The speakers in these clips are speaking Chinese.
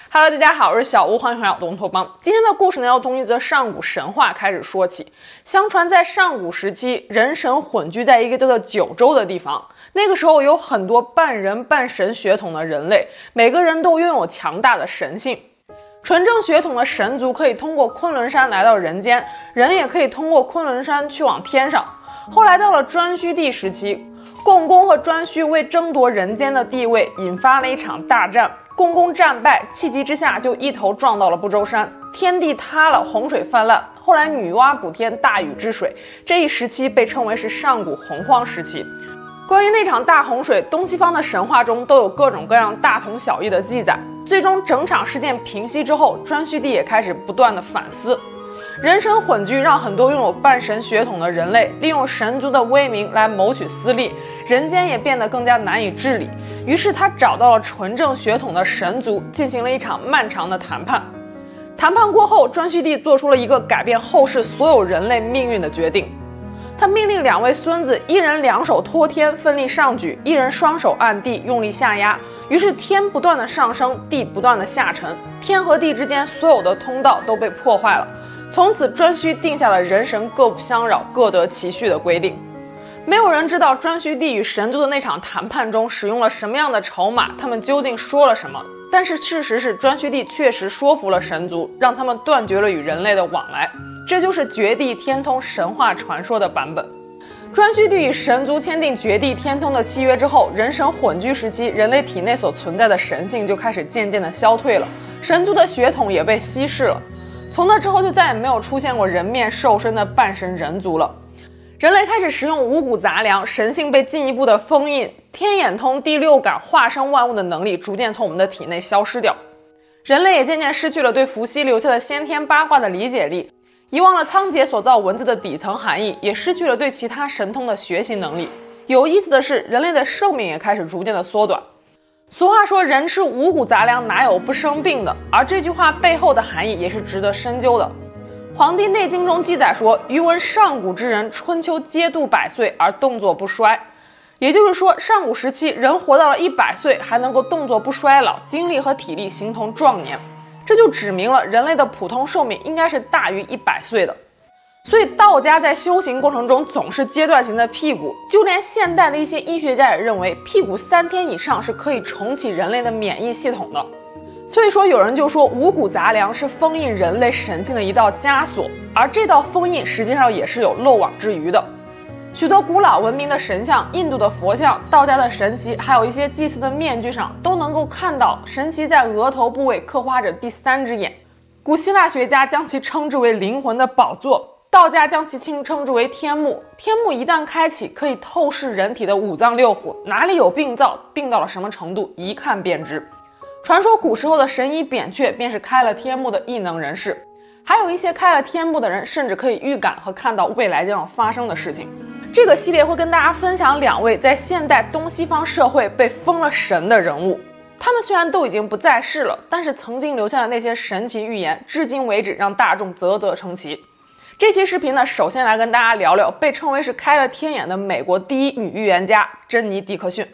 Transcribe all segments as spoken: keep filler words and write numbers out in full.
Hello， 大家好，我是小吴，欢迎回到东托邦。今天的故事呢，要从一则上古神话开始说起。相传在上古时期，人神混居在一个叫做九州的地方。那个时候有很多半人半神血统的人类，每个人都拥有强大的神性。纯正血统的神族可以通过昆仑山来到人间，人也可以通过昆仑山去往天上。后来到了颛顼帝时期，共工和颛顼为争夺人间的地位，引发了一场大战。共工战败，气急之下就一头撞到了不周山，天地塌了，洪水泛滥。后来女娲补天，大禹治水，这一时期被称为是上古洪荒时期。关于那场大洪水，东西方的神话中都有各种各样大同小异的记载。最终整场事件平息之后，颛顼帝也开始不断的反思。人神混居让很多拥有半神血统的人类利用神族的威名来谋取私利，人间也变得更加难以治理。于是他找到了纯正血统的神族，进行了一场漫长的谈判。谈判过后，颛顼帝做出了一个改变后世所有人类命运的决定。他命令两位孙子，一人两手托天奋力上举，一人双手按地用力下压。于是天不断的上升，地不断的下沉，天和地之间所有的通道都被破坏了。从此颛顼定下了人神各不相扰，各得其序的规定。没有人知道颛顼帝与神族的那场谈判中使用了什么样的筹码，他们究竟说了什么。但是事实是，颛顼帝确实说服了神族，让他们断绝了与人类的往来。这就是绝地天通神话传说的版本。颛顼帝与神族签订绝地天通的契约之后，人神混居时期，人类体内所存在的神性就开始渐渐的消退了，神族的血统也被稀释了。从那之后就再也没有出现过人面兽身的半神人族了。人类开始食用五谷杂粮，神性被进一步的封印，天眼通、第六感、化生万物的能力逐渐从我们的体内消失掉。人类也渐渐失去了对伏羲留下的先天八卦的理解力，遗忘了仓颉所造文字的底层含义，也失去了对其他神通的学习能力。有意思的是，人类的寿命也开始逐渐的缩短。俗话说，人吃五谷杂粮哪有不生病的，而这句话背后的含义也是值得深究的。《黄帝内经》中记载说，余闻上古之人，春秋皆度百岁而动作不衰。也就是说，上古时期人活到了一百岁，还能够动作不衰老，精力和体力形同壮年，这就指明了人类的普通寿命应该是大于一百岁的。所以道家在修行过程中总是阶段性的辟谷，就连现代的一些医学家也认为，辟谷三天以上是可以重启人类的免疫系统的。所以说，有人就说五谷杂粮是封印人类神性的一道枷锁，而这道封印实际上也是有漏网之鱼的。许多古老文明的神像、印度的佛像、道家的神祇，还有一些祭祀的面具上，都能够看到神祇在额头部位刻画着第三只眼。古希腊学家将其称之为灵魂的宝座，道家将其称之为天目。天目一旦开启，可以透视人体的五脏六腑，哪里有病灶，病到了什么程度，一看便知。传说古时候的神医扁鹊便是开了天目的异能人士，还有一些开了天目的人甚至可以预感和看到未来将要发生的事情。这个系列会跟大家分享两位在现代东西方社会被封了神的人物，他们虽然都已经不在世了，但是曾经留下的那些神奇预言至今为止让大众啧啧称奇。这期视频呢，首先来跟大家聊聊被称为是开了天眼的美国第一女预言家珍妮·迪克逊。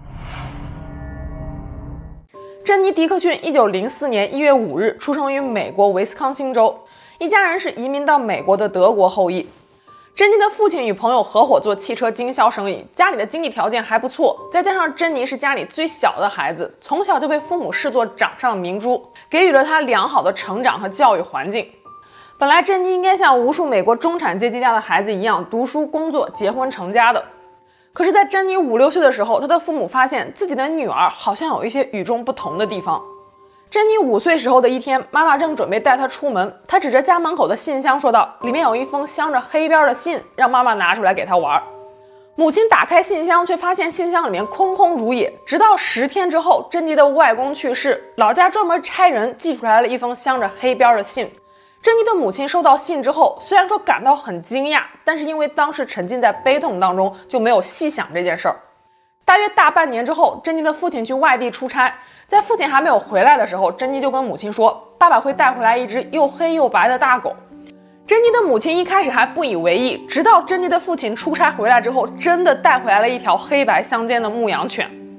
珍妮·迪克逊一九零四年一月五日出生于美国威斯康星州，一家人是移民到美国的德国后裔。珍妮的父亲与朋友合伙做汽车经销生意，家里的经济条件还不错，再加上珍妮是家里最小的孩子，从小就被父母视作掌上明珠，给予了她良好的成长和教育环境。本来珍妮应该像无数美国中产阶级家的孩子一样读书工作结婚成家的，可是在珍妮五六岁的时候，她的父母发现自己的女儿好像有一些与众不同的地方。珍妮五岁时候的一天，妈妈正准备带她出门，她指着家门口的信箱说道，里面有一封镶着黑边的信，让妈妈拿出来给她玩。母亲打开信箱，却发现信箱里面空空如也。直到十天之后，珍妮的外公去世，老家专门差人寄出来了一封镶着黑边的信。珍妮的母亲收到信之后，虽然说感到很惊讶，但是因为当时沉浸在悲痛当中，就没有细想这件事儿。大约大半年之后，珍妮的父亲去外地出差，在父亲还没有回来的时候，珍妮就跟母亲说，爸爸会带回来一只又黑又白的大狗。珍妮的母亲一开始还不以为意，直到珍妮的父亲出差回来之后，真的带回来了一条黑白相间的牧羊犬。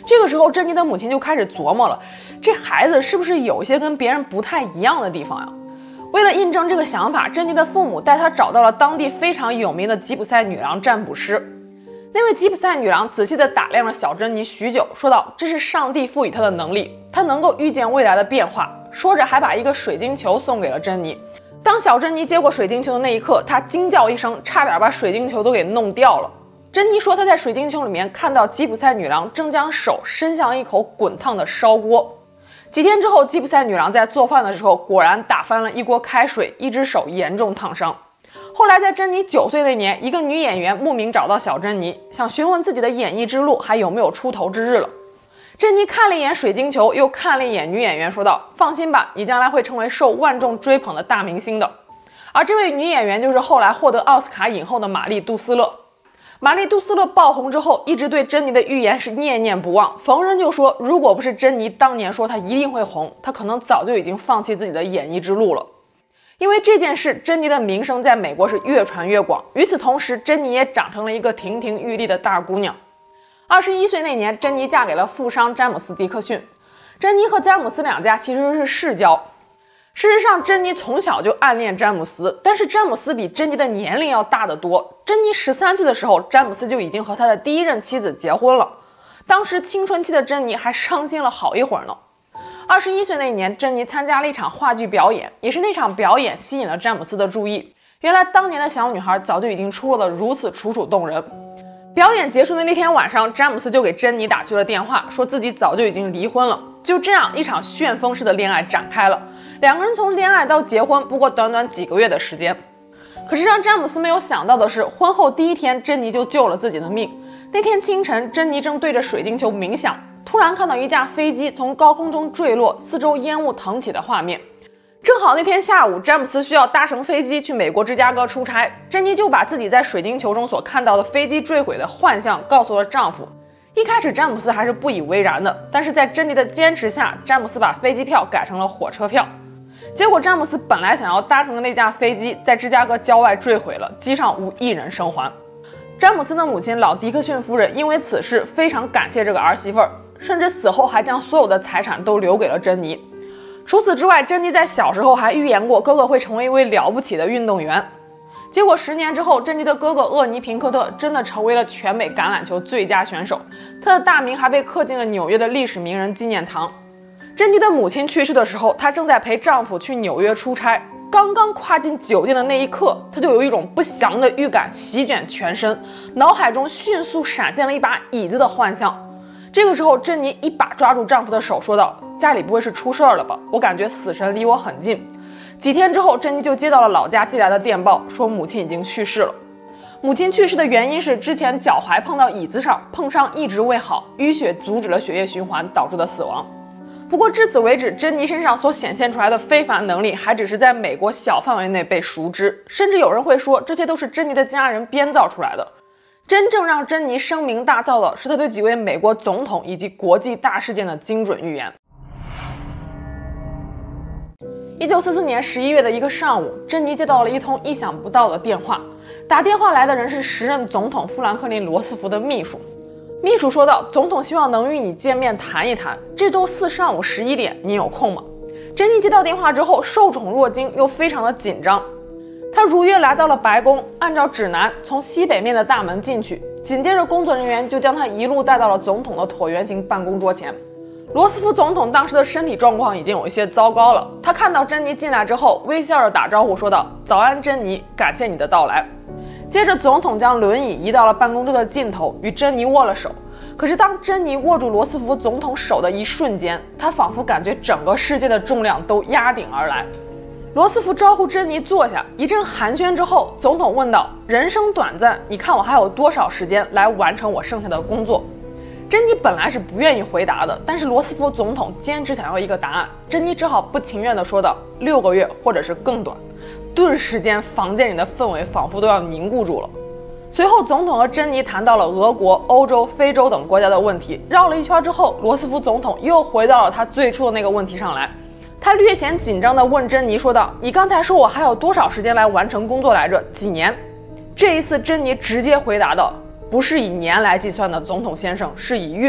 这个时候，珍妮的母亲就开始琢磨了，这孩子是不是有一些跟别人不太一样的地方呀？为了印证这个想法，珍妮的父母带她找到了当地非常有名的吉普赛女郎占卜师。那位吉普赛女郎仔细地打量了小珍妮许久，说道：“这是上帝赋予她的能力，她能够预见未来的变化。”说着还把一个水晶球送给了珍妮。当小珍妮接过水晶球的那一刻，她惊叫一声，差点把水晶球都给弄掉了。珍妮说她在水晶球里面看到吉普赛女郎正将手伸向一口滚烫的烧锅。几天之后，吉普赛女郎在做饭的时候果然打翻了一锅开水，一只手严重烫伤。后来在珍妮九岁那年，一个女演员慕名找到小珍妮，想询问自己的演艺之路还有没有出头之日了。珍妮看了一眼水晶球，又看了一眼女演员，说道：“放心吧，你将来会成为受万众追捧的大明星的。”而这位女演员就是后来获得奥斯卡影后的玛丽·杜斯勒。玛丽·杜斯勒爆红之后，一直对珍妮的预言是念念不忘，逢人就说，如果不是珍妮当年说她一定会红，她可能早就已经放弃自己的演艺之路了。因为这件事，珍妮的名声在美国是越传越广。与此同时，珍妮也长成了一个亭亭玉立的大姑娘。二十一岁那年，珍妮嫁给了富商詹姆斯·迪克逊。珍妮和詹姆斯两家其实是世交。事实上，珍妮从小就暗恋詹姆斯，但是詹姆斯比珍妮的年龄要大得多。珍妮十三岁的时候，詹姆斯就已经和他的第一任妻子结婚了。当时青春期的珍妮还伤心了好一会儿呢。二十一岁那年，珍妮参加了一场话剧表演，也是那场表演吸引了詹姆斯的注意。原来当年的小女孩早就已经出落得如此楚楚动人。表演结束的那天晚上，詹姆斯就给珍妮打去了电话，说自己早就已经离婚了。就这样，一场旋风式的恋爱展开了。两个人从恋爱到结婚不过短短几个月的时间。可是让詹姆斯没有想到的是，婚后第一天，珍妮就救了自己的命。那天清晨，珍妮正对着水晶球冥想，突然看到一架飞机从高空中坠落，四周烟雾腾起的画面。正好那天下午，詹姆斯需要搭乘飞机去美国芝加哥出差，珍妮就把自己在水晶球中所看到的飞机坠毁的幻象告诉了丈夫。一开始詹姆斯还是不以为然的，但是在珍妮的坚持下，詹姆斯把飞机票改成了火车票。结果詹姆斯本来想要搭乘的那架飞机在芝加哥郊外坠毁了，机上无一人生还。詹姆斯的母亲老迪克逊夫人因为此事非常感谢这个儿媳妇儿，甚至死后还将所有的财产都留给了珍妮。除此之外，珍妮在小时候还预言过哥哥会成为一位了不起的运动员。结果十年之后，珍妮的哥哥厄尼平克特真的成为了全美橄榄球最佳选手，他的大名还被刻进了纽约的历史名人纪念堂。珍妮的母亲去世的时候，她正在陪丈夫去纽约出差，刚刚跨进酒店的那一刻，她就有一种不祥的预感席卷全身，脑海中迅速闪现了一把椅子的幻象。这个时候，珍妮一把抓住丈夫的手，说道：“家里不会是出事儿了吧？我感觉死神离我很近。”几天之后，珍妮就接到了老家寄来的电报，说母亲已经去世了。母亲去世的原因是之前脚踝碰到椅子上，碰伤一直未好，淤血阻止了血液循环，导致的死亡。不过至此为止，珍妮身上所显现出来的非凡能力还只是在美国小范围内被熟知，甚至有人会说这些都是珍妮的家人编造出来的。真正让珍妮声名大噪的是她对几位美国总统以及国际大事件的精准预言。一九四四年十一月的一个上午，珍妮接到了一通意想不到的电话。打电话来的人是时任总统富兰克林·罗斯福的秘书。秘书说道：“总统希望能与你见面谈一谈，这周四上午十一点，你有空吗？”珍妮接到电话之后，受宠若惊，又非常的紧张。她如约来到了白宫，按照指南从西北面的大门进去，紧接着工作人员就将她一路带到了总统的椭圆形办公桌前。罗斯福总统当时的身体状况已经有一些糟糕了，他看到珍妮进来之后，微笑着打招呼说道：“早安，珍妮，感谢你的到来。”接着总统将轮椅移到了办公桌的尽头，与珍妮握了手。可是当珍妮握住罗斯福总统手的一瞬间，她仿佛感觉整个世界的重量都压顶而来。罗斯福招呼珍妮坐下，一阵寒暄之后，总统问道：“人生短暂，你看我还有多少时间来完成我剩下的工作？”珍妮本来是不愿意回答的，但是罗斯福总统坚持想要一个答案，珍妮只好不情愿地说道：“六个月，或者是更短。”顿时间，房间里的氛围仿佛都要凝固住了。随后，总统和珍妮谈到了俄国、欧洲、非洲等国家的问题，绕了一圈之后，罗斯福总统又回到了他最初的那个问题上来。他略显紧张地问珍妮说道：“你刚才说我还有多少时间来完成工作来着？几年？”这一次，珍妮直接回答道：“不是以年来计算的，总统先生，是以月。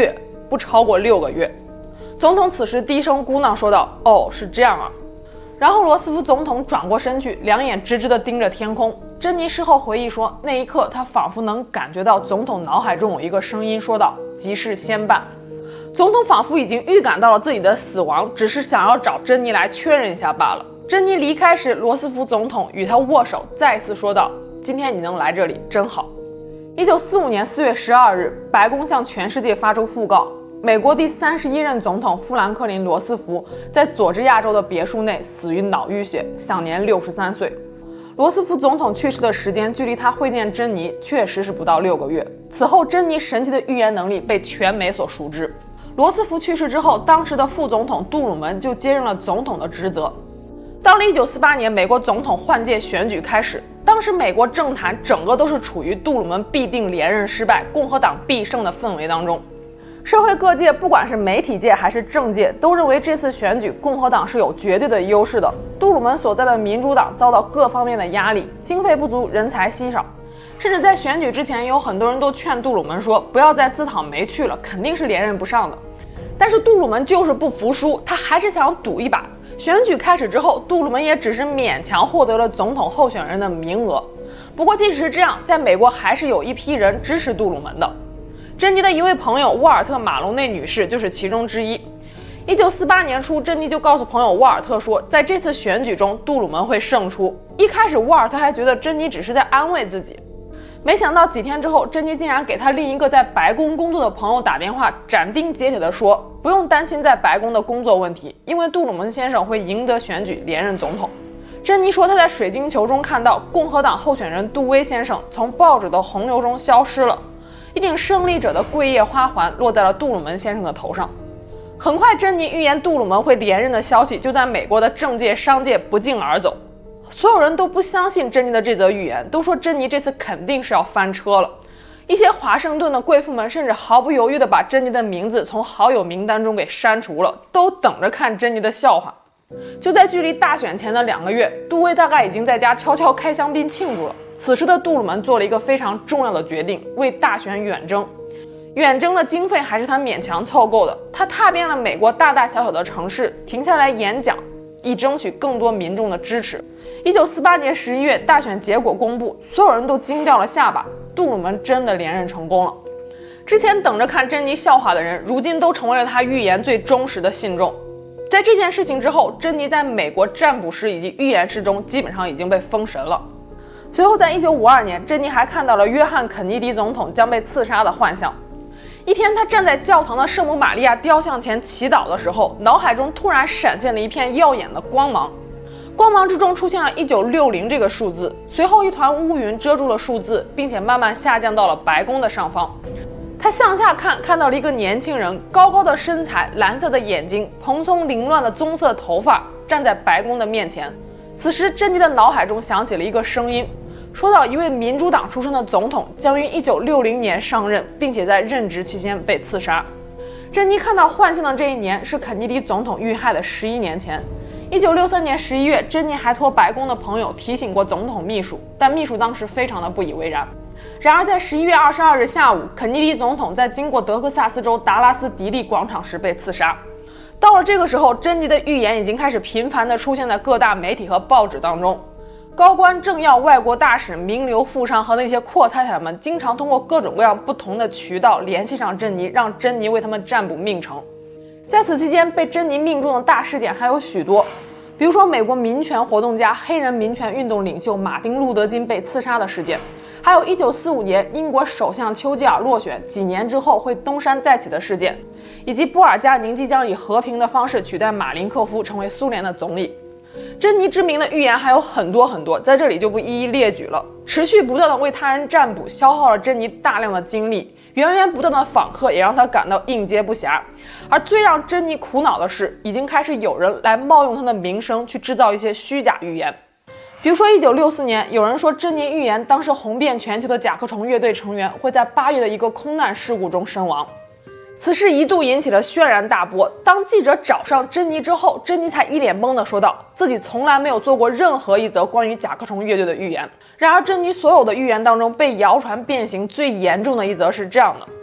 不超过六个月。总统此时低声咕囔说道：“哦，是这样啊。”然后罗斯福总统转过身去，两眼直直地盯着天空。珍妮事后回忆说，那一刻他仿佛能感觉到总统脑海中有一个声音说道：“急事先办。”总统仿佛已经预感到了自己的死亡，只是想要找珍妮来确认一下罢了。珍妮离开时，罗斯福总统与他握手，再一次说道：“今天你能来这里真好。”一九四五年四月十二日，白宫向全世界发出讣告。美国第三十一任总统富兰克林·罗斯福在佐治亚州的别墅内死于脑淤血，享年六十三岁。罗斯福总统去世的时间距离他会见珍妮确实是不到六个月。此后，珍妮神奇的预言能力被全美所熟知。罗斯福去世之后，当时的副总统杜鲁门就接任了总统的职责。到了一九四八年，美国总统换届选举开始，当时美国政坛整个都是处于杜鲁门必定连任失败、共和党必胜的氛围当中。社会各界，不管是媒体界还是政界，都认为这次选举共和党是有绝对的优势的。杜鲁门所在的民主党遭到各方面的压力，经费不足，人才稀少，甚至在选举之前，有很多人都劝杜鲁门说，不要再自讨没趣了，肯定是连任不上的。但是杜鲁门就是不服输，他还是想赌一把。选举开始之后，杜鲁门也只是勉强获得了总统候选人的名额。不过即使是这样，在美国还是有一批人支持杜鲁门的。珍妮的一位朋友沃尔特·马龙内女士就是其中之一。一九四八年初，珍妮就告诉朋友沃尔特说，在这次选举中，杜鲁门会胜出。一开始，沃尔特还觉得珍妮只是在安慰自己，没想到几天之后，珍妮竟然给她另一个在白宫工作的朋友打电话，斩钉截铁地说，不用担心在白宫的工作问题，因为杜鲁门先生会赢得选举，连任总统。珍妮说，她在水晶球中看到共和党候选人杜威先生从报纸的洪流中消失了。一顶胜利者的桂叶花环落在了杜鲁门先生的头上。很快，珍妮预言杜鲁门会连任的消息就在美国的政界、商界不胫而走。所有人都不相信珍妮的这则预言，都说珍妮这次肯定是要翻车了。一些华盛顿的贵妇们甚至毫不犹豫地把珍妮的名字从好友名单中给删除了，都等着看珍妮的笑话。就在距离大选前的两个月，杜威大概已经在家悄悄开香槟庆祝了。此时的杜鲁门做了一个非常重要的决定，为大选远征。远征的经费还是他勉强凑够的，他踏遍了美国大大小小的城市，停下来演讲，以争取更多民众的支持。一九四八年十一月，大选结果公布，所有人都惊掉了下巴，杜鲁门真的连任成功了。之前等着看珍妮笑话的人，如今都成为了他预言最忠实的信众。在这件事情之后，珍妮在美国占卜师以及预言师中基本上已经被封神了。随后，在一九五二年，珍妮还看到了约翰·肯尼迪总统将被刺杀的幻象。一天，他站在教堂的圣母玛利亚雕像前祈祷的时候，脑海中突然闪现了一片耀眼的光芒，光芒之中出现了一九六零这个数字，随后一团乌云遮住了数字，并且慢慢下降到了白宫的上方。他向下看，看到了一个年轻人，高高的身材，蓝色的眼睛，蓬松凌乱的棕色头发，站在白宫的面前。此时，珍妮的脑海中响起了一个声音，说到一位民主党出身的总统将于一九六零年上任，并且在任职期间被刺杀。珍妮看到幻象的这一年是肯尼迪总统遇害的十一年前。一九六三年十一月，珍妮还托白宫的朋友提醒过总统秘书，但秘书当时非常的不以为然。然而，在十一月二十二日下午，肯尼迪总统在经过德克萨斯州达拉斯迪利广场时被刺杀。到了这个时候，珍妮的预言已经开始频繁地出现在各大媒体和报纸当中。高官、政要、外国大使、名流、富商和那些阔太太们经常通过各种各样不同的渠道联系上珍妮，让珍妮为他们占卜命程。在此期间，被珍妮命中的大事件还有许多，比如说美国民权活动家、黑人民权运动领袖马丁·路德·金被刺杀的事件，还有一九四五年英国首相丘吉尔落选几年之后会东山再起的事件，以及布尔加宁即将以和平的方式取代马林科夫成为苏联的总理。珍妮知名的预言还有很多很多，在这里就不一一列举了。持续不断的为他人占卜，消耗了珍妮大量的精力，源源不断的访客也让她感到应接不暇。而最让珍妮苦恼的是，已经开始有人来冒用她的名声去制造一些虚假预言。比如说一九六四年，有人说珍妮预言当时红遍全球的甲壳虫乐队成员会在八月的一个空难事故中身亡。此事一度引起了轩然大波。当记者找上珍妮之后，珍妮才一脸懵地说道，自己从来没有做过任何一则关于甲壳虫乐队的预言。然而，珍妮所有的预言当中，被谣传变形最严重的一则是这样的：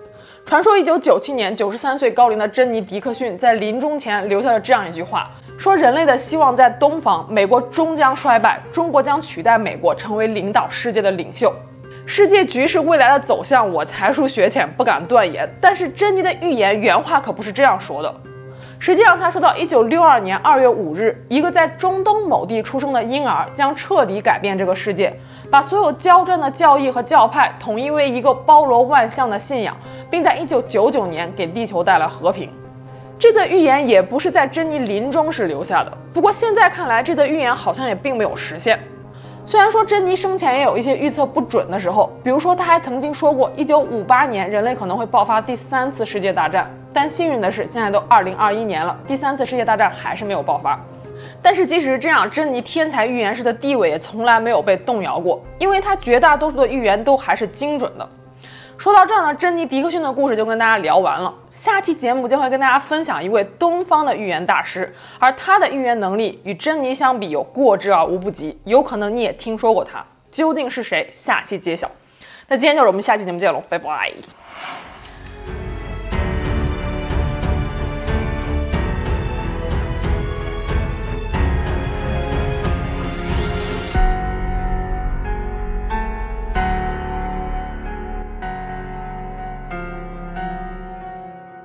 传说一九九七年，九十三岁高龄的珍妮·迪克逊在临终前留下了这样一句话，说人类的希望在东方，美国终将衰败，中国将取代美国成为领导世界的领袖。世界局势未来的走向，我才疏学浅，不敢断言。但是珍妮的预言原话可不是这样说的。实际上，他说到一九六二年二月五日，一个在中东某地出生的婴儿将彻底改变这个世界，把所有交战的教义和教派统一为一个包罗万象的信仰，并在一九九九年给地球带来和平。这则预言也不是在珍妮临终时留下的，不过现在看来，这则预言好像也并没有实现。虽然说珍妮生前也有一些预测不准的时候，比如说她还曾经说过一九五八年人类可能会爆发第三次世界大战，但幸运的是现在都二零二一年了，第三次世界大战还是没有爆发。但是即使是这样，珍妮天才预言师的地位也从来没有被动摇过，因为她绝大多数的预言都还是精准的。说到这儿呢，珍妮·迪克逊的故事就跟大家聊完了。下期节目将会跟大家分享一位东方的预言大师，而他的预言能力与珍妮相比有过之而无不及，有可能你也听说过他，究竟是谁？下期揭晓。那今天就是我们下期节目见喽，拜拜。